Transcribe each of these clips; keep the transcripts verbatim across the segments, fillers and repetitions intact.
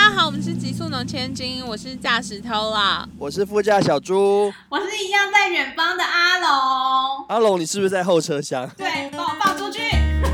家好，我们是极速农千金，我是驾驶偷啦， 我是副驾小猪， 我是一样在远方的阿龙。 阿龙，你是不是在后车厢？ 对，帮我放出去。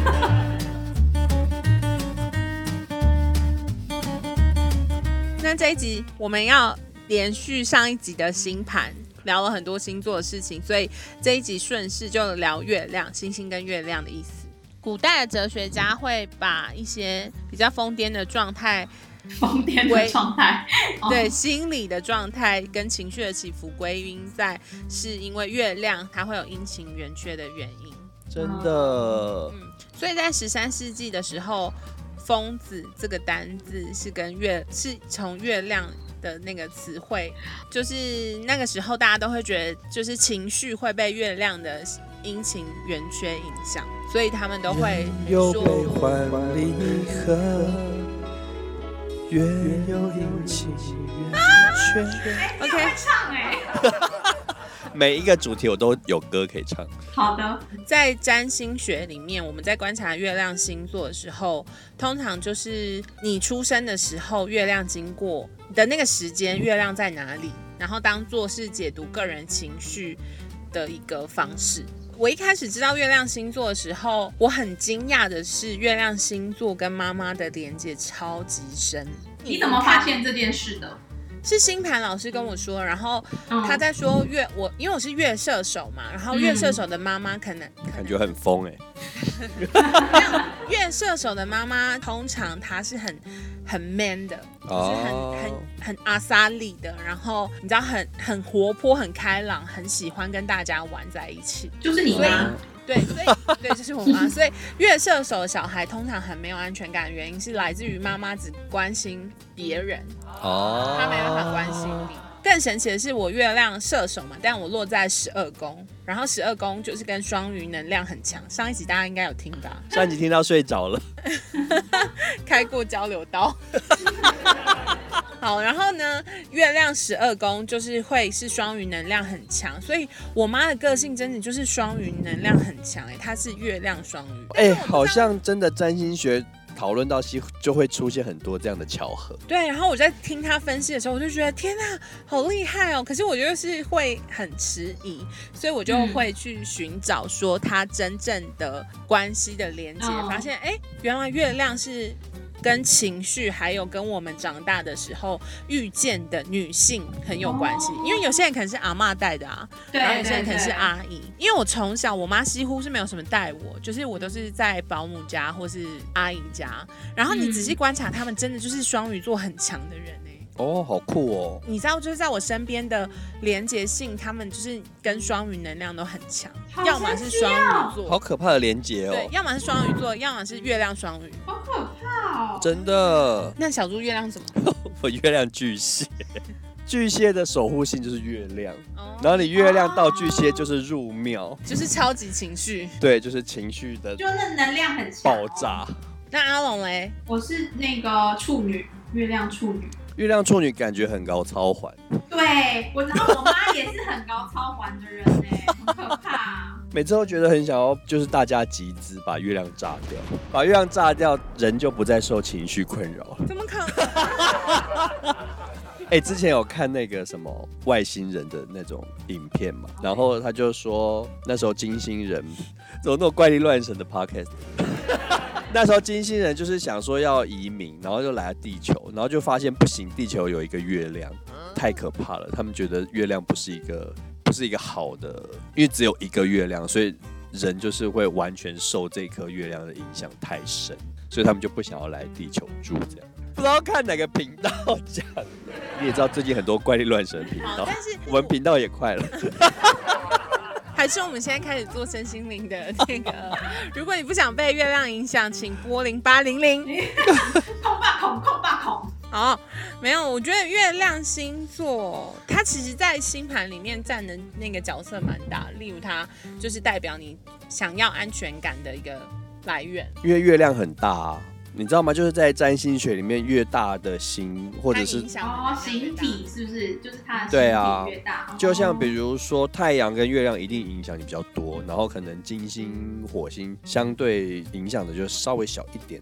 那这一集我们要连续上一集的星盘，聊了很多星座的事情，所以这一集顺势就聊月亮、星星跟月亮的意思。古代的哲学家会把一些比较疯癫的状态， 疯癫的状态， 对、哦、心理的状态跟情绪的起伏归因在是因为月亮它会有阴晴圆缺的原因。 真的， 嗯，所以在十三世纪的时候，疯子这个单字是跟月是从月亮的那个词汇，就是那个时候大家都会觉得，就是情绪会被月亮的阴晴圆缺影响，所以他们都会说有悲欢离合，月有阴晴圆缺。 哎，你会唱哎！ 每一个主题我都有歌可以唱。 好的， 在占星学里面，我们在观察月亮星座的时候，通常就是你出生的时候，月亮经过的那个时间，月亮在哪里，然后当作是解读个人情绪的一个方式。我一开始知道月亮星座的时候，我很惊讶的是，月亮星座跟妈妈的连接超级深。 你怎么发现这件事的？ 是星盘老师跟我说，然后他在说月我，因为我是月射手嘛，然后月射手的妈妈可能、嗯、 感觉很疯哎、 欸。月射手的妈妈通常她是很很 man 的，就是很、oh. 很很阿萨利的，然后你知道很很活泼、很开朗，很喜欢跟大家玩在一起。 就是你妈。 对，所以对，这是我妈。所以月射手的小孩通常很没有安全感的原因是来自于妈妈只关心别人，哦，她没办法关心你。更神奇的是，我月亮射手嘛，但我落在十二宫，然后十二宫就是跟双鱼能量很强。上一集大家应该有听吧？ 上一集听到睡着了， 开过交流道。好，然后呢，月亮十二宫就是会是双鱼能量很强，所以我妈的个性真的就是双鱼能量很强，哎，她是月亮双鱼， 哎，好像真的占星学讨论到西就会出现很多这样的巧合。 对，然后我在听她分析的时候，我就觉得天哪，好厉害哦！可是我就是会很迟疑，所以我就会去寻找说她真正的关系的连接，嗯、发现哎，原来月亮是跟情绪还有跟我们长大的时候遇见的女性很有关系，因为有些人可能是阿嬷带的啊，然后有些人可能是阿姨。因为我从小我妈几乎是没有什么带我，就是我都是在保姆家或是阿姨家，然后你仔细观察，他们真的就是双鱼座很强的人欸。 哦，好酷哦！ 你知道，就是在我身边的连结性，他们就是跟双鱼能量都很强，要么是双鱼座， 好可怕的连结哦。 对，要么是双鱼座，要么是月亮双鱼， 好可怕哦！ 真的。 那小猪月亮什么？ 我月亮巨蟹，巨蟹的守护星就是月亮，哦、然后你月亮到巨蟹就是入庙， 就是超级情绪， 对，就是情绪的， 就那能量很强、 爆炸。 那阿龙嘞？ 我是那个处女，月亮处女。 月亮处女感觉很高超环， 对，我知道我妈也是很高超环的人哎，很可怕、啊。 每次都觉得很想要，就是大家集资把月亮炸掉，把月亮炸掉，人就不再受情绪困扰了。 怎么可能？ 哎、欸，之前有看那个什么外星人的那种影片嘛，然后他就说那时候金星人怎么那种怪力乱神的 podcast。那时候金星人就是想说要移民，然后就来了地球，然后就发现不行，地球有一个月亮，太可怕了。他们觉得月亮不是一个不是一个好的，因为只有一个月亮，所以人就是会完全受这颗月亮的影响太深，所以他们就不想要来地球住这样。不知道看哪个频道讲的，你也知道最近很多怪力乱神的频道，但是我们频道也快了。 还是我们现在开始做身心灵的那个，如果你不想被月亮影响，请拨零八零零。 空吧空，空吧空。 哦，没有，我觉得月亮星座它其实在星盘里面占的那个角色蛮大，例如它就是代表你想要安全感的一个来源。 因为月亮很大啊。你知道吗？就是在占星学里面，越大的星或者是哦形体是不是？就是它的形体越大。 对啊，就像比如说太阳跟月亮一定影响你比较多，然后可能金星、火星相对影响的就稍微小一点点。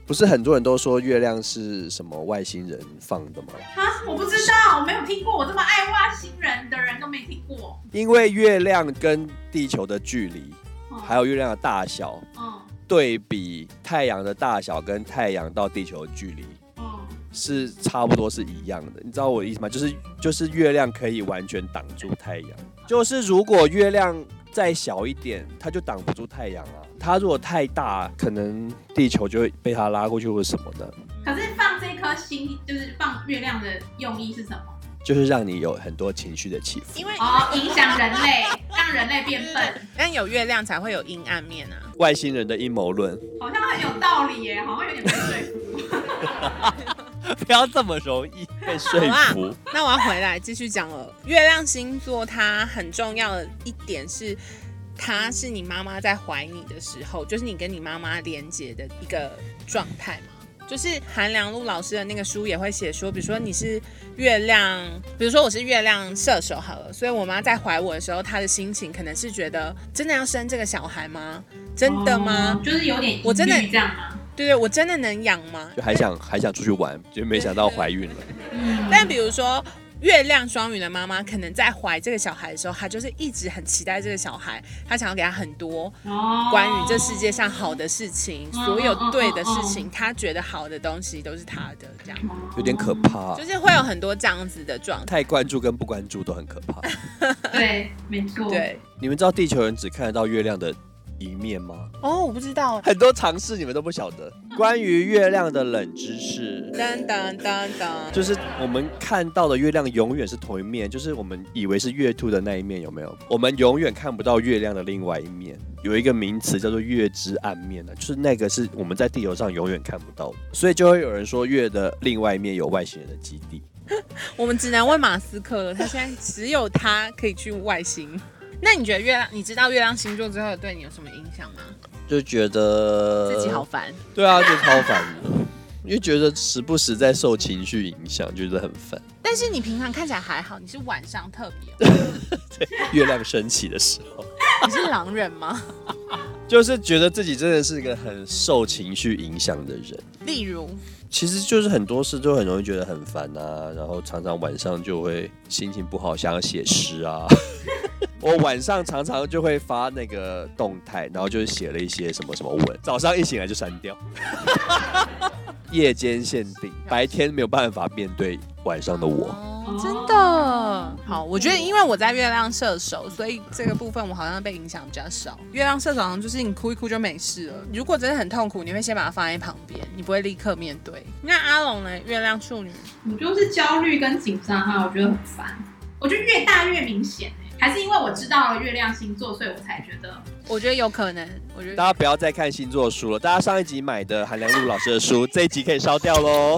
不是很多人都说月亮是什么外星人放的吗？ 啊，我不知道，我没有听过，我这么爱外星人的人都没听过。 因为月亮跟地球的距离，嗯、还有月亮的大小，嗯、对比太阳的大小跟太阳到地球的距离，嗯、是差不多是一样的。你知道我的意思吗？就是就是月亮可以完全挡住太阳，就是如果月亮再小一点，它就挡不住太阳啊。它如果太大，可能地球就会被它拉过去或者什么的。 可是放这颗星，就是放月亮的用意是什么？ 就是让你有很多情绪的起伏。 因为哦，影响人类，让人类变笨。 但有月亮才会有阴暗面啊。 外星人的阴谋论， 好像很有道理耶，好像有点被说服。 不要这么容易被说服。 那我要回来继续讲了。月亮星座它很重要的一点是，它是你妈妈在怀你的时候，就是你跟你妈妈连接的一个状态嘛。就是韩良露老师的那个书也会写说，比如说你是月亮，比如说我是月亮射手好了，所以我妈在怀我的时候，她的心情可能是觉得真的要生这个小孩吗？真的吗？ 哦、就是有点我真的这样吗？ 对对，我真的能养吗？ 就还想还想出去玩，就没想到怀孕了。 嗯、但比如说。月亮双鱼的妈妈可能在怀这个小孩的时候，她就是一直很期待这个小孩，她想要给他很多关于这世界上好的事情，哦、所有对的事情，她觉得好的东西都是她的，这样有点可怕， 就是会有很多这样子的状态。 太关注跟不关注都很可怕。 对，没错。 对， 你们知道地球人只看得到月亮的一面吗？ 哦，我不知道， 很多常识你们都不晓得。关于月亮的冷知识， 噔噔噔噔， 就是我们看到的月亮永远是同一面，就是我们以为是月兔的那一面，有没有？我们永远看不到月亮的另外一面。有一个名词叫做月之暗面，就是那个是我们在地球上永远看不到的，所以就会有人说月的另外一面有外星人的基地。 我们只能问马斯克了，他现在只有他可以去外星。那你觉得月亮？你知道月亮星座之后对你有什么影响吗？ 就觉得自己好烦。 对啊，就超烦的，因为觉得时不时在受情绪影响，觉得很烦。 但是你平常看起来还好，你是晚上特别。 对，月亮升起的时候。 你是狼人吗？ 就是觉得自己真的是一个很受情绪影响的人。 例如， 其实就是很多事都很容易觉得很烦啊，然后常常晚上就会心情不好，想要写诗啊。我晚上常常就会发那个动态，然后就是写了一些什么什么文，早上一醒来就删掉。夜间限定，白天没有办法面对晚上的我。 哦、真的好，我觉得因为我在月亮射手，所以这个部分我好像被影响比较少。月亮射手好像就是你哭一哭就没事了，如果真的很痛苦，你会先把它放在旁边，你不会立刻面对。那阿龙呢？月亮处女， 我就是焦虑跟紧张哈，我觉得很烦。我觉得越大越明显。还是因为我知道了月亮星座，所以我才觉得。 我觉得有可能。我觉得大家不要再看星座书了，大家上一集买的韩良露老师的书，这一集可以烧掉喽。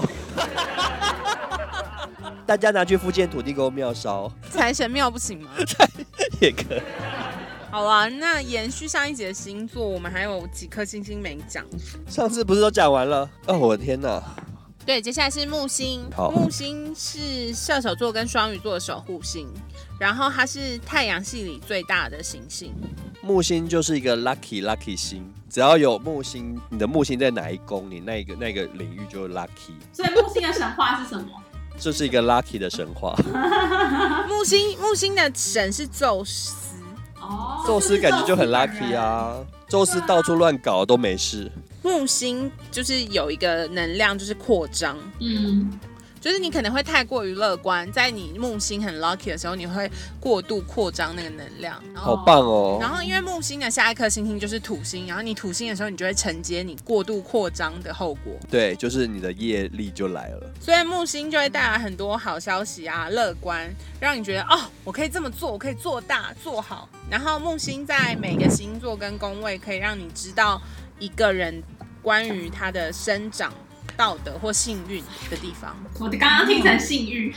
大家拿去福建土地公庙烧。 财神庙不行吗？ 也可以。 好啦，那延续上一集的星座，我们还有几颗星星没讲。 上次不是都讲完了？哦，我的天哪！ 对，接下来是木星。木星是射手座跟双鱼座的守护星，然后它是太阳系里最大的行星。 木星就是一个 lucky lucky 星，只要有木星，你的木星在哪一宫，你那个那个领域就 lucky。 所以木星的神话是什么？ 这是一个 lucky 的神话。 木星木星的神是宙斯。 哦， 宙斯感觉就很 lucky 啊，宙斯到处乱搞都没事。 木星就是有一个能量，就是扩张，嗯，就是你可能会太过于乐观，在你木星很 lucky 的时候，你会过度扩张那个能量， 好棒哦。 然后因为木星的下一颗星星就是土星，然后你土星的时候，你就会承接你过度扩张的后果， 对，就是你的业力就来了。 所以木星就会带来很多好消息啊，乐观，让你觉得哦，我可以这么做，我可以做大做好。然后木星在每个星座跟宫位，可以让你知道一个人关于他的生长、道德或幸运的地方。 我刚刚听成性欲。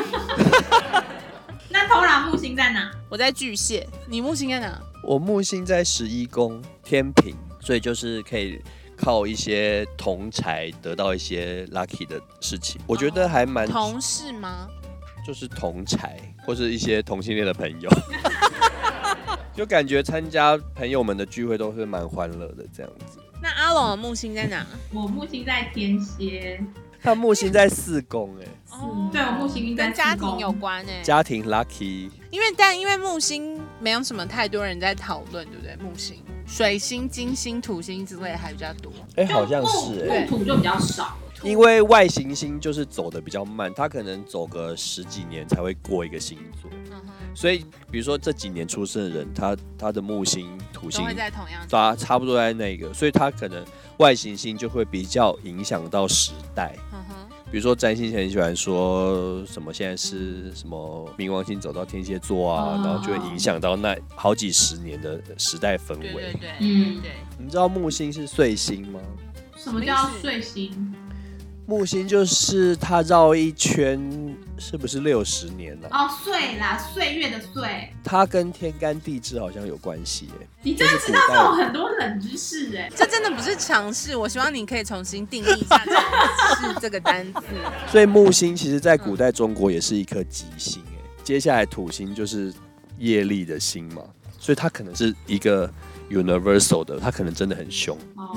那偷拉木星在哪？ 我在巨蟹，你木星在哪？ 我木星在十一宫天秤，所以就是可以靠一些同财得到一些 lucky 的事情。我觉得还蛮、哦、 同事吗？ 就是同财或是一些同性恋的朋友。就感觉参加朋友们的聚会都是蛮欢乐的这样子。 那阿龙的木星在哪？ 我木星在天蝎， 他木星在四宫哎， 哦，对，我木星在跟家庭有关哎、欸， 家庭 lucky。 因为但因为木星没有什么太多人在讨论，对不对？木星、水星、金星、土星之类的还比较多。 哎、欸，好像是哎、欸，木土就比较少。 因为外行星就是走的比较慢，它可能走个十几年才会过一个星座，嗯、所以比如说这几年出生的人，他他的木星、土星都会在同样， 差差不多在那个，所以他可能外行星就会比较影响到时代。嗯、比如说占星很喜欢说什么现在是什么冥王星走到天蝎座啊，哦、然后就会影响到那好几十年的时代氛围。 对对对，嗯对。 你知道木星是岁星吗？ 什么叫岁星？ 木星就是它绕一圈，是不是六十年了、 啊？哦，岁啦，岁月的岁。 它跟天干地支好像有关系耶。 你真的知道这种很多冷知识哎， 这真的不是常识。我希望你可以重新定义一下“常识”这个单字。 所以木星其实在古代中国也是一颗吉星哎。接下来土星就是业力的星嘛，所以它可能是一个 universal 的，它可能真的很凶。哦，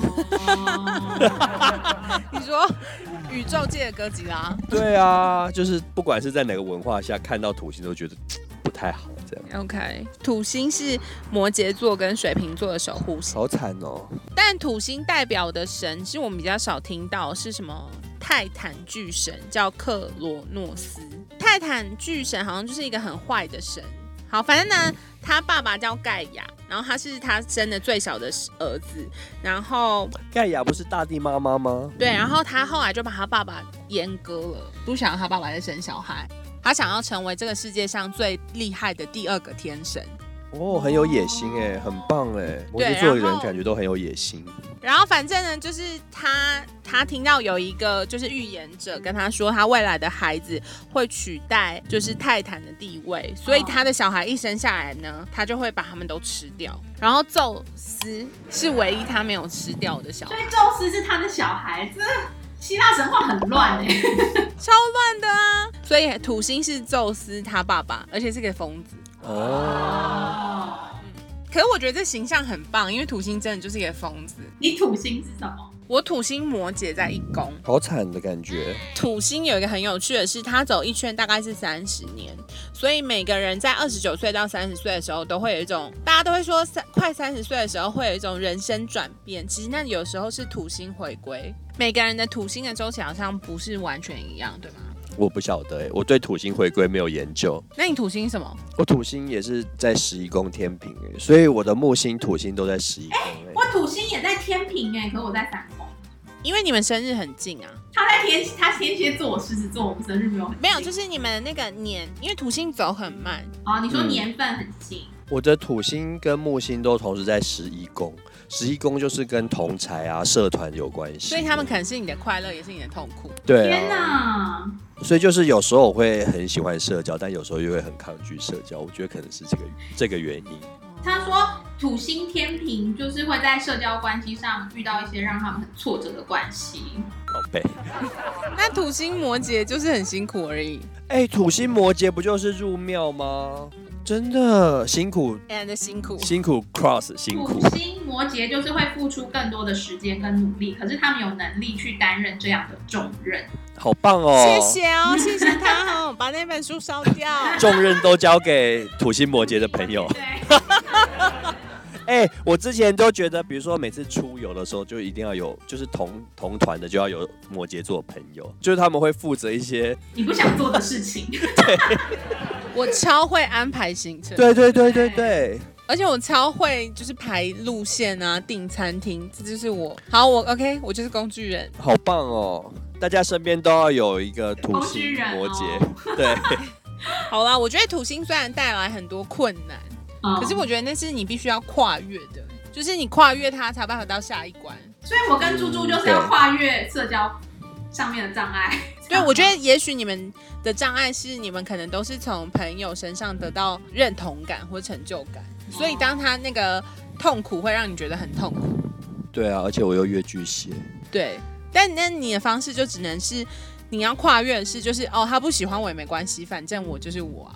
你说宇宙界的哥吉拉？ 对啊，就是不管是在哪个文化下看到土星都觉得不太好这样。 OK， 土星是摩羯座跟水瓶座的守护星， 好惨哦。 但土星代表的神是我们比较少听到，是什么？泰坦巨神叫克罗诺斯。泰坦巨神好像就是一个很坏的神。好，反正呢，他爸爸叫盖亚，然后他是他生的最小的儿子，然后盖亚不是大地妈妈吗？ 对，然后他后来就把他爸爸阉割了，不想让他爸爸再生小孩，他想要成为这个世界上最厉害的第二个天神。 哦，很有野心哎，很棒哎，摩羯座的人感觉都很有野心。 然后反正呢，就是他他听到有一个就是预言者跟他说，他未来的孩子会取代就是泰坦的地位，所以他的小孩一生下来呢，他就会把他们都吃掉。然后宙斯是唯一他没有吃掉的小孩， 所以宙斯是他的小孩，这希腊神话很乱哎， 超乱的啊！所以土星是宙斯他爸爸，而且是个疯子。哦，可是我觉得这形象很棒，因为土星真的就是一个疯子。 你土星是什么？ 我土星摩羯在一宫， 好惨的感觉。 土星有一个很有趣的是，它走一圈大概是三十年，所以每个人在二十九岁到三十岁的时候，都会有一种大家都会说三快三十岁的时候会有一种人生转变。其实那有时候是土星回归，每个人的土星的周期好像不是完全一样，对吗？ 我不晓得哎，我对土星回归没有研究。 那你土星什么？ 我土星也是在十一宫天秤哎，所以我的木星、土星都在十一宫哎。 我土星也在天秤哎，可是我在三宫。 因为你们生日很近啊。 他在天，他天蝎座，我狮子座，我们生日没有很近。 没有，就是你们的那个年，因为土星走很慢。 哦，你说年份很近。嗯， 我的土星跟木星都同时在十一宫，十一宫就是跟同侪啊、社团有关系， 所以他们可能是你的快乐，也是你的痛苦。 对啊， 天哪！ 所以就是有时候我会很喜欢社交，但有时候又会很抗拒社交。我觉得可能是这个这个原因。 他说土星天秤就是会在社交关系上遇到一些让他们很挫折的关系。 宝贝， 那土星摩羯就是很辛苦而已。 哎、欸，土星摩羯不就是入庙吗？真的辛苦 ，and 辛苦， 辛苦 cross 辛苦。 土星摩羯就是会付出更多的时间跟努力，可是他们有能力去担任这样的重任。 好棒哦！ 谢谢哦，谢谢他哦，把那本书烧掉。 重任都交给土星摩羯的朋友。 对。 哎、欸，我之前都觉得，比如说每次出游的时候，就一定要有，就是同同团的就要有摩羯座朋友，就是他们会负责一些你不想做的事情。 对， 我超会安排行程。 对对对对对。 而且我超会就是排路线啊，订餐厅，这就是我。好，我 OK， 我就是工具人。 好棒哦！大家身边都要有一个土星摩羯。哦、对。 好啦，我觉得土星虽然带来很多困难，哦、可是我觉得那是你必须要跨越的，就是你跨越它才有办法到下一关。 所以我跟猪猪就是要跨越社交上面的障碍。 对，我觉得也许你们的障碍是你们可能都是从朋友身上得到认同感或成就感。所以当他那个痛苦会让你觉得很痛苦。 对啊，而且我又越巨蟹。 对，但那你的方式就只能是你要跨越的是就是哦，他不喜欢我也没关系，反正我就是我啊。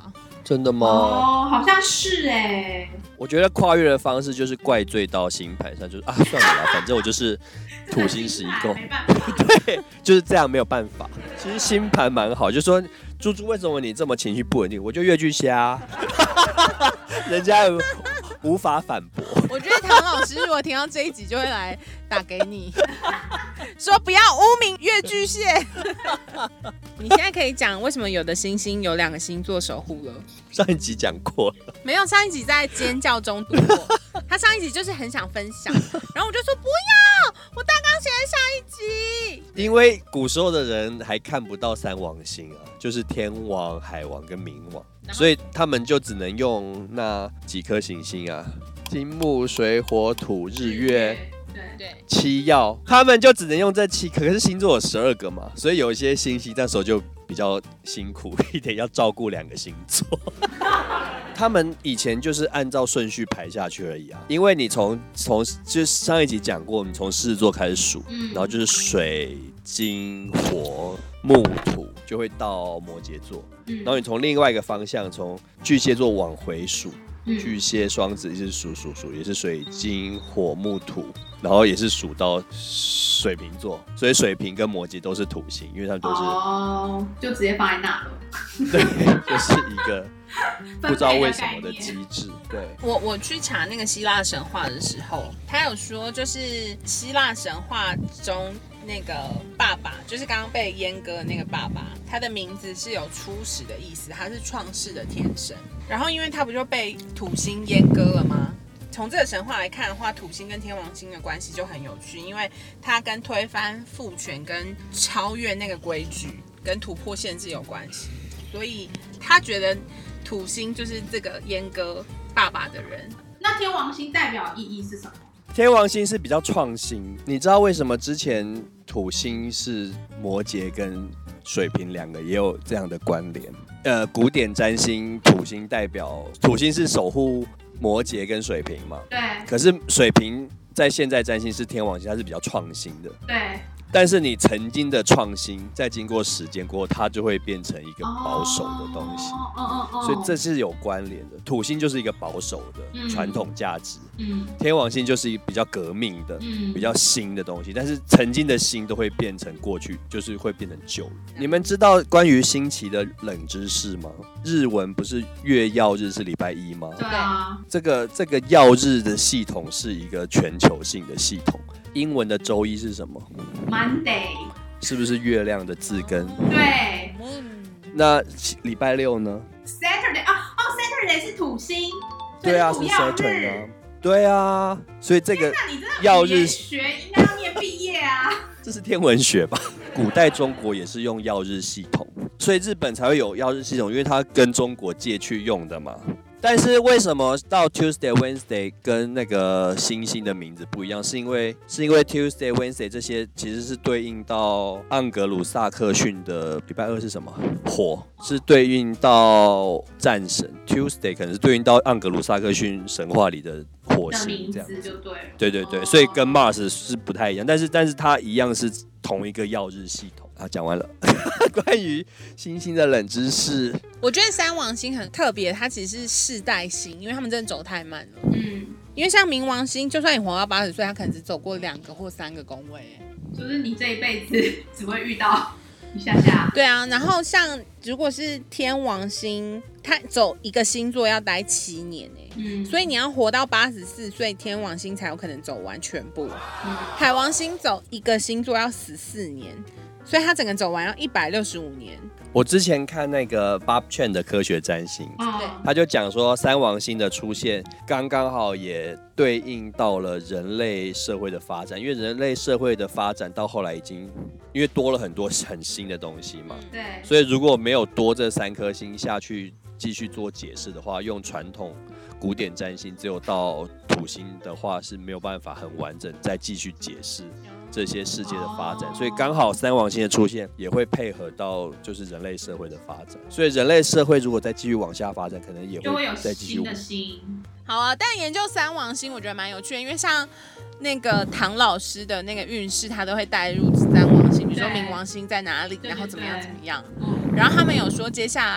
真的吗？ 哦，好像是哎。 我觉得跨越的方式就是怪罪到星盘上，就是啊，算了啦，反正我就是土星十一宫， 没办法， 对，就是这样，没有办法。其实星盘蛮好，就说猪猪为什么你这么情绪不稳定？我就月巨虾，人家有无法反驳。 我觉得唐老师如果听到这一集，就会来打给你，说不要污名月巨蟹。你现在可以讲为什么有的星星有两个星座守护了？ 上一集讲过了， 没有，上一集在尖叫中度过。他上一集就是很想分享，然后我就说不要，我大纲写在下一集。 因为古时候的人还看不到三王星啊，就是天王、海王跟冥王，所以他们就只能用那几颗行星啊，金木水火土日月。 对， 七曜，他们就只能用这七颗，可是星座有十二个嘛，所以有一些星星那时候就比较辛苦一点，要照顾两个星座。他们以前就是按照顺序排下去而已啊，因为你从从就是上一集讲过，你从狮子座开始数，嗯、然后就是水、金、火、木、土，就会到摩羯座，嗯、然后你从另外一个方向，从巨蟹座往回数。巨蟹、双子也是数数数，也是水金火木土，然后也是数到水瓶座，所以水瓶跟摩羯都是土星，因为他们都是哦，就直接放在那了。 对，就是一个不知道为什么的机制。对， 我我去查那个希腊神话的时候，他有说，就是希腊神话中那个爸爸，就是刚刚被阉割的那个爸爸，他的名字是有初始的意思，他是创世的天神。然后因为他不就被土星阉割了吗？从这个神话来看的话，土星跟天王星的关系就很有趣，因为它跟推翻父权、跟超越那个规矩、跟突破限制有关系，所以他觉得土星就是这个阉割爸爸的人。 那天王星代表意义是什么？ 天王星是比较创新，你知道为什么之前土星是摩羯跟水瓶两个也有这样的关联？呃，古典占星土星代表土星是守护摩羯跟水瓶嘛， 对。 可是水瓶在现在占星是天王星，它是比较创新的， 对。 但是你曾经的创新，在经过时间过后，它就会变成一个保守的东西， 哦哦哦， 所以这是有关联的。土星就是一个保守的传统价值， 嗯， 天王星就是一个比较革命的、 嗯、 比较新的东西，但是曾经的新都会变成过去，就是会变成旧。你们知道关于星期的冷知识吗？日文不是月曜日是礼拜一吗？ 对啊， 这个这个曜日的系统是一个全球性的系统。英文的周一是什么 ？Monday， 是不是月亮的字根？ 对。 那礼拜六呢 ？Saturday 啊，哦 ，Saturday 是土星。 对啊，是 Saturn 啊。对啊，所以这个曜日学应该要念毕业啊。 这是天文学吧？古代中国也是用曜日系统，所以日本才会有曜日系统，因为它跟中国借去用的嘛。但是为什么到 Tuesday、Wednesday 跟那个星星的名字不一样？是因为是因为 Tuesday、Wednesday 这些其实是对应到盎格鲁撒克逊的礼拜二是什么？火，是对应到战神。Tuesday 可能是对应到盎格鲁撒克逊神话里的火星，这样子就对了。 对对对，所以跟 Mars 是不太一样，但是但是它一样是同一个曜日系统。啊，讲完了。关于星星的冷知识， 我觉得三王星很特别，它其实是世代星，因为他们真的走太慢了。嗯，因为像冥王星，就算你活到八十岁，它可能只走过两个或三个宫位， 就是你这一辈子只会遇到一下下。 对啊，然后像如果是天王星，它走一个星座要待七年哎，嗯，所以你要活到八十四岁，天王星才有可能走完全部。嗯，海王星走一个星座要十四年。所以他整个走完要一百六十五年。 我之前看那个 Bob Chen 的科学占星， 哦、 他就讲说三王星的出现刚刚好也对应到了人类社会的发展，因为人类社会的发展到后来已经因为多了很多很新的东西嘛， 对， 所以如果没有多这三颗星下去继续做解释的话，用传统古典占星只有到土星的话是没有办法很完整再继续解释这些世界的发展，所以刚好三王星的出现也会配合到就是人类社会的发展，所以人类社会如果再继续往下发展，可能也会再继续新的星。 好啊，但研究三王星我觉得蛮有趣的，因为像那个唐老师的那个运势，他都会带入三王星，比如说冥王星在哪里，然后怎么样怎么样。然后他们有说接下来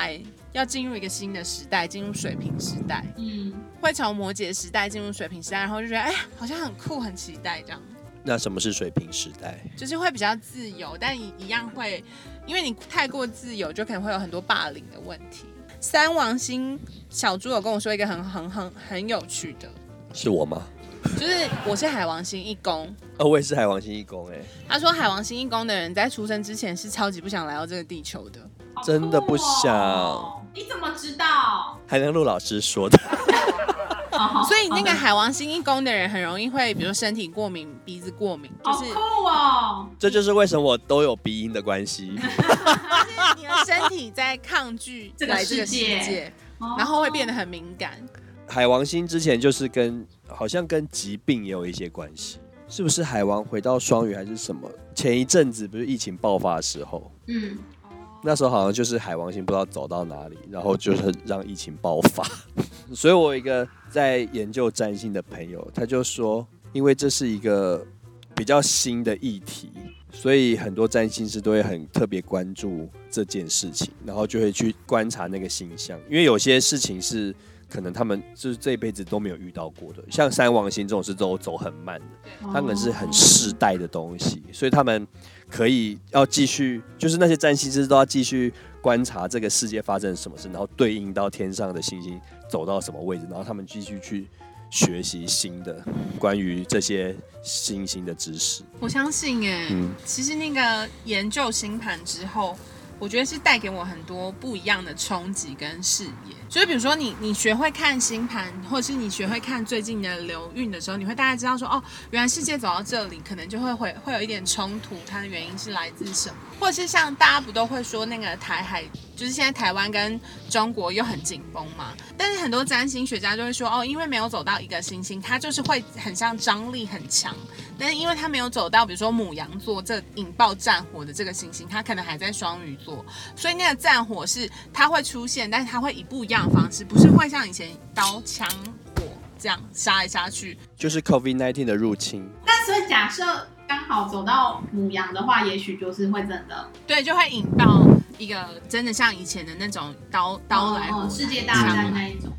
要进入一个新的时代，进入水瓶时代， 嗯， 会从摩羯时代进入水瓶时代，然后就觉得哎，好像很酷，很期待这样。 那什么是水瓶时代？ 就是会比较自由，但一样会，因为你太过自由，就可能会有很多霸凌的问题。三王星小猪有跟我说一个很很很很有趣的， 是我吗？ 就是我是海王星一宫， 哦，我也是海王星一宫哎。 他说海王星一宫的人在出生之前是超级不想来到这个地球的， 真的不想。 哦、你怎么知道？ 海良路老师说的。 所以那个海王星一宫的人很容易会，比如说身体过敏、鼻子过敏，就是好酷哦。 这就是为什么我都有鼻音的关系。 就是你的身体在抗拒来这个世界，然后会变得很敏感。 海王星之前就是跟好像跟疾病也有一些关系，是不是海王回到双鱼还是什么？前一阵子不是疫情爆发的时候，嗯，那时候好像就是海王星不知道走到哪里，然后就是让疫情爆发。所以我有一个在研究占星的朋友，他就说，因为这是一个比较新的议题，所以很多占星师都会很特别关注这件事情，然后就会去观察那个星象，因为有些事情是可能他们就是这一辈子都没有遇到过的，像三王星这种是都走很慢的，他们是很世代的东西，所以他们可以要继续，就是那些占星师都要继续观察这个世界发生什么事，然后对应到天上的星星走到什么位置，然后他们继续去学习新的关于这些星星的知识。 我相信哎、嗯，其实那个研究星盘之后，我觉得是带给我很多不一样的冲击跟视野。就是比如说你你学会看星盘，或者是你学会看最近的流运的时候，你会大概知道说，哦，原来世界走到这里，可能就会会会有一点冲突，它的原因是来自什么？或者是像大家不都会说那个台海，就是现在台湾跟中国又很紧绷嘛？但是很多占星学家就会说，哦，因为没有走到一个星星，它就是会很像张力很强。但是因为它没有走到，比如说牡羊座这引爆战火的这个星星，它可能还在双鱼座，所以那个战火是它会出现，但是它会以不一样的方式，不是会像以前刀枪火这样杀来杀去， 就是 COVID 十九 的入侵。 但所以假设刚好走到牡羊的话，也许就是会真的， 对，就会引爆一个真的像以前的那种刀刀来火、 哦、世界大战那一种。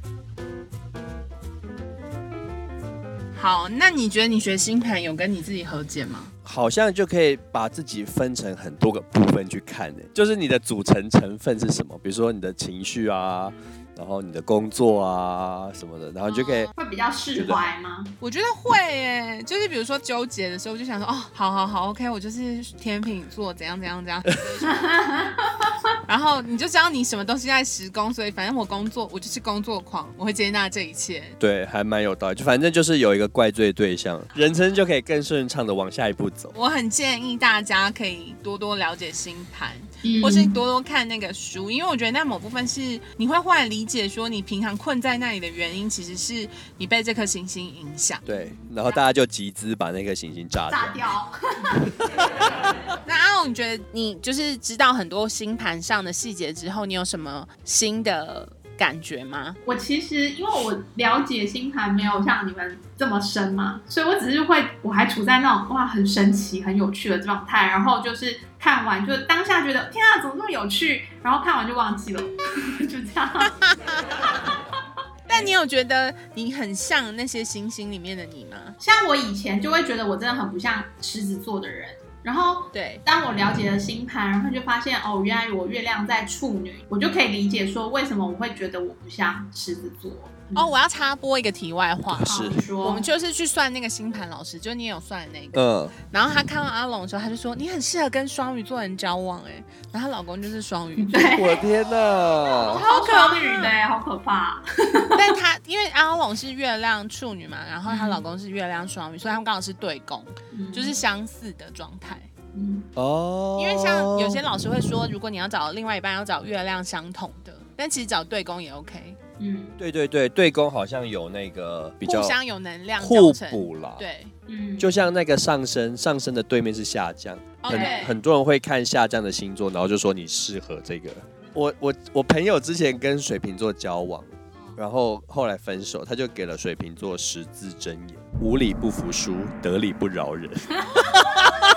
好，那你觉得你学星盘有跟你自己和解吗？ 好像就可以把自己分成很多个部分去看，就是你的组成成分是什么，比如说你的情绪啊，然后你的工作啊什么的，然后你就可以、 哦、会比较释怀吗？ 我觉得会耶，就是比如说纠结的时候，就想说哦，好好好 ，OK， 我就是天秤座，怎样怎样怎样。然后你就知道你什么东西在施工，所以反正我工作，我就是工作狂，我会接纳这一切。 对，还蛮有道理。就反正就是有一个怪罪对象，人生就可以更顺畅的往下一步走。 我很建议大家可以多多了解星盘。嗯、或是多多看那个书，因为我觉得那某部分是你会忽然理解说你平常困在那里的原因，其实是你被这颗行星影响。 对，然后大家就集资把那颗行星炸掉。 炸掉。 那阿龙，你觉得你就是知道很多星盘上的细节之后，你有什么新的感觉吗？ 我其实因为我了解星盘没有像你们这么深嘛，所以我只是会，我还处在那种哇很神奇、很有趣的状态，然后就是看完就当下觉得天啊怎么这么有趣，然后看完就忘记了，就这样。 但你有觉得你很像那些星星里面的你吗？ 像我以前就会觉得我真的很不像狮子座的人。然后，对，当我了解了星盘，然后就发现哦，原来我月亮在处女，我就可以理解说为什么我会觉得我不像狮子座。 嗯、哦，我要插播一个题外话， 是， 我们就是去算那个星盘老师，就你也有算的那个，嗯，然后他看到阿龙的时候，他就说你很适合跟双鱼座人交往，哎，然后她老公就是双鱼座， 我的天哪， 超双鱼的，好可怕。 但他因为阿龙是月亮处女嘛，然后她老公是月亮双鱼，所以他们刚好是对宫，嗯、就是相似的状态。嗯哦，因为像有些老师会说，如果你要找另外一半，要找月亮相同的，但其实找对宫也 OK。嗯， 对对对，对宫好像有那个比较互相有能量互补啦。 对， 嗯，就像那个上升，上升的对面是下降，很、okay. 很多人会看下降的星座，然后就说你适合这个。我我我朋友之前跟水瓶座交往，然后后来分手，他就给了水瓶座十字箴言：无理不服输，得理不饶人。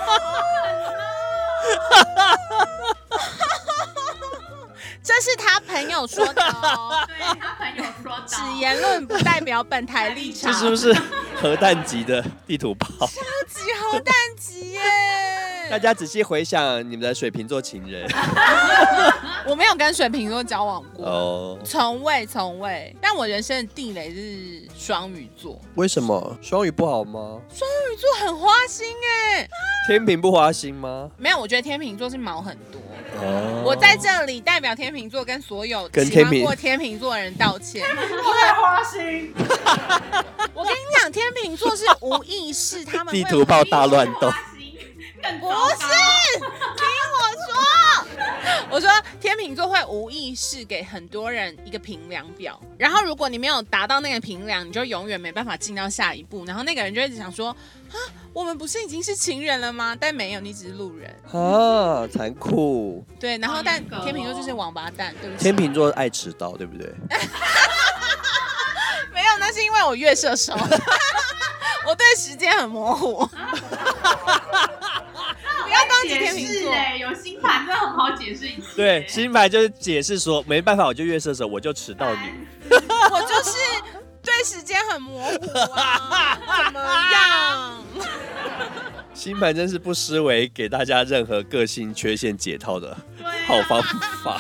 这是他朋朋友说的哦， 对他朋友说的， 此言论不代表本台立场。 这是不是核弹级的地图炮？ 超级核弹级耶！ 大家仔细回想你们的水瓶座情人。 我没有跟水瓶座交往过， 哦， 从未从未。但我人生的地雷是双鱼座， 为什么双鱼不好吗？ 双鱼座很花心哎。 天秤不花心吗？ 没有，我觉得天秤座是毛很多。 哦， 我在这里代表天秤座跟所有跟喜欢过天秤座的人道歉。 我太花心。 我跟你讲，天秤座是无意识，他们会地图炮大乱斗。 不是，听我说，我说天秤座会无意识给很多人一个评量表，然后如果你没有达到那个评量，你就永远没办法进到下一步，然后那个人就一直想说，啊，我们不是已经是情人了吗？但没有，你只是路人。 啊，残酷。 对，然后但好严格哦天秤座就是王八蛋，对不起。 天秤座爱迟到，对不对？ 没有，那是因为我月射手，我对时间很模糊。不要攻击天秤座， 哎，有星盘真的很好解释一次。 对，星盘就是解释说，没办法，我就月射手，我就迟到你。 我就是对时间很模糊啊，怎么样？ 星盘真是不失为给大家任何个性缺陷解套的好方法。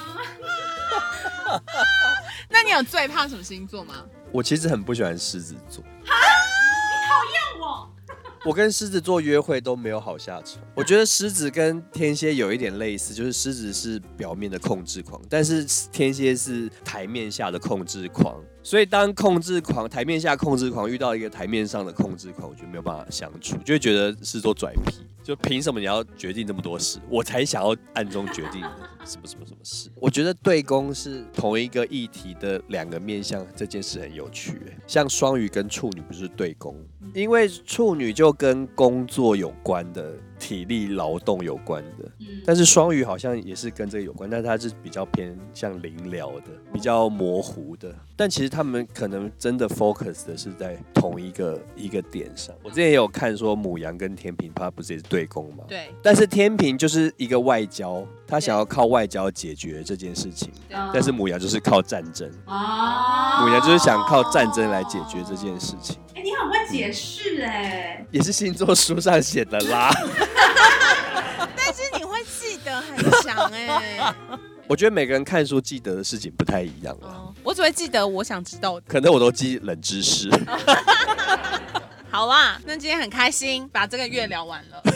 那你有最怕什么星座吗？ 我其实很不喜欢狮子座。 你讨厌我？ 我跟狮子座约会都没有好下场。我觉得狮子跟天蝎有一点类似，就是狮子是表面的控制狂，但是天蝎是台面下的控制狂。所以当控制狂台面下控制狂遇到一个台面上的控制狂，我觉得没有办法相处，就会觉得狮子座拽皮，就凭什么你要决定这么多事？我才想要暗中决定什么什么什么事。我觉得对宫是同一个议题的两个面向，这件事很有趣。像双鱼跟处女不是对宫，因为处女就跟工作有关的。体力劳动有关的，但是双鱼好像也是跟这个有关，但是它是比较偏向灵疗的，比较模糊的。但其实他们可能真的 focus 的是在同一个一个点上。我之前也有看说牡羊跟天秤，它不是也是对宫吗？ 对。 但是天秤就是一个外交，他想要靠外交解决这件事情，但是牡羊就是靠战争。哦。牡羊就是想靠战争来解决这件事情。 哎、欸，你很会解释哎， 也是星座书上写的啦。 但是你会记得很强哎。 我觉得每个人看书记得的事情不太一样啊。 哦，我只会记得我想知道的， 可能我都记冷知识。 好啦，那今天很开心，把这个月聊完了。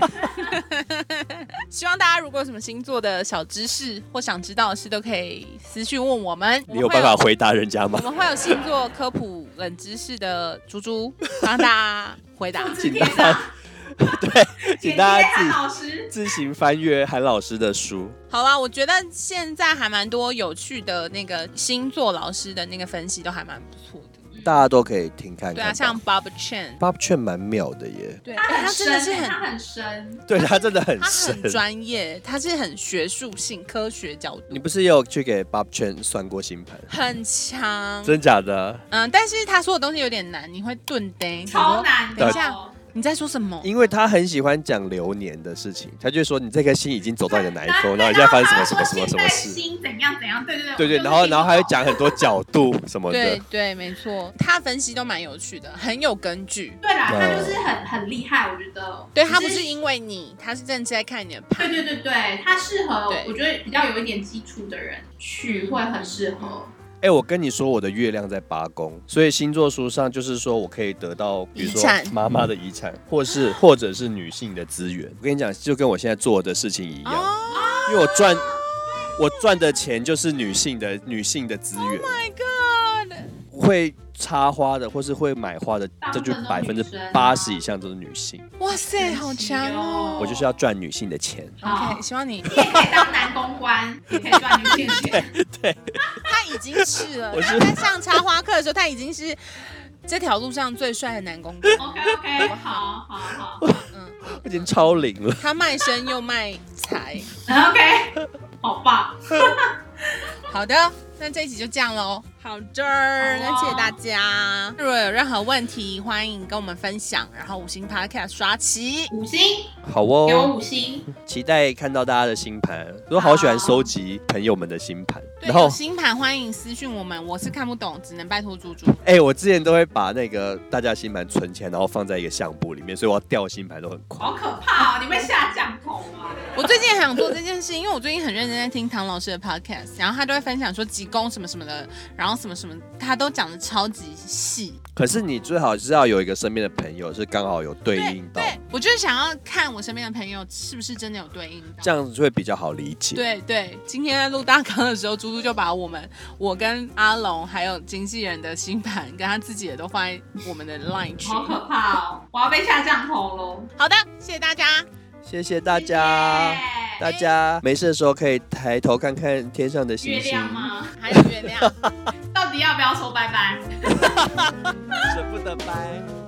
希望大家如果有什么星座的小知识或想知道的事，都可以私讯问我们。 你有办法回答人家吗？ 我们会有星座科普冷知识的猪猪帮大家回答。 请大家对，请大家自自行翻阅韩老师的书。 好啦，我觉得现在还蛮多有趣的那个星座老师的那个分析都还蛮不错的。 大家都可以听看看。 对啊，像 Bob Chen，Bob Chen 蛮妙的耶。 对， 他很深，他真的是很， 他很深。 对他真的很深， 他很专业，他是很学术性、科学角度。 你不是有去给 Bob Chen 算过星盘？ 很强， 真假的？ 嗯，但是他说的东西有点难，你会顿呆， 超难。 等一下。你在说什么？ 因为他很喜欢讲流年的事情，他就说你这颗星已经走到你的哪一宫，然后你现在发生什么什么什么什么事， 星怎样怎样，对对对， 对对，然后然后还会讲很多角度什么的， 对对，没错，他分析都蛮有趣的，很有根据。 对啦，他就是很很厉害，我觉得。 对他不是因为你，他是真的在看你的盘。 对对对对，他适合，我觉得比较有一点基础的人去会很适合。 哎、欸，我跟你说，我的月亮在八宫，所以星座书上就是说我可以得到，比如说妈妈的遗产，或是或者是女性的资源。我跟你讲，就跟我现在做的事情一样，哦、因为我赚我赚的钱就是女性的女性的资源。 Oh my god！ 会插花的或是会买花的，这就百分之八十以上都是女性。 哇塞，好强哦！ 我就是要赚女性的钱。 OK， 希望你你也可以当男公关，也可以赚女性的钱。 对对， 他已经是了。他在上插花课的时候，他已经是这条路上最帅的男公关。 OK OK， 好好好， 嗯，我已经超龄了。 他卖身又卖财。 OK， 好棒。 好的，那这一集就这样喽。好的，那谢谢大家。如果有任何问题，欢迎跟我们分享，然后五星 Podcast 刷起， 五星好哦， 给我五星， 期待看到大家的星盘。我好喜欢收集朋友们的星盘， 对， 然后有星盘欢迎私讯我们，我是看不懂，只能拜托猪猪。 哎、欸，我之前都会把那个大家星盘存起来，然后放在一个相簿里面，所以我要调星盘都很快。 好可怕哦！你会下降头吗？ 我最近很想做这件事，因为我最近很认真在听唐老师的 podcast， 然后他都会分享说吉宫什么什么的，然后什么什么，他都讲的超级细。 可是你最好是要有一个身边的朋友是刚好有对应到， 对，我就是想要看我身边的朋友是不是真的有对应到， 这样子就会比较好理解。 对对，今天在录大纲的时候，猪猪就把我们我跟阿龙还有经纪人的星盘跟他自己的都放在我们的 line 群。 好可怕哦！我要被下降头喽。 好的，谢谢大家， 谢谢大家。 谢谢大家没事的时候可以抬头看看天上的星星。 月亮吗？ 还有月亮。 到底要不要说拜拜？ 舍不得拜。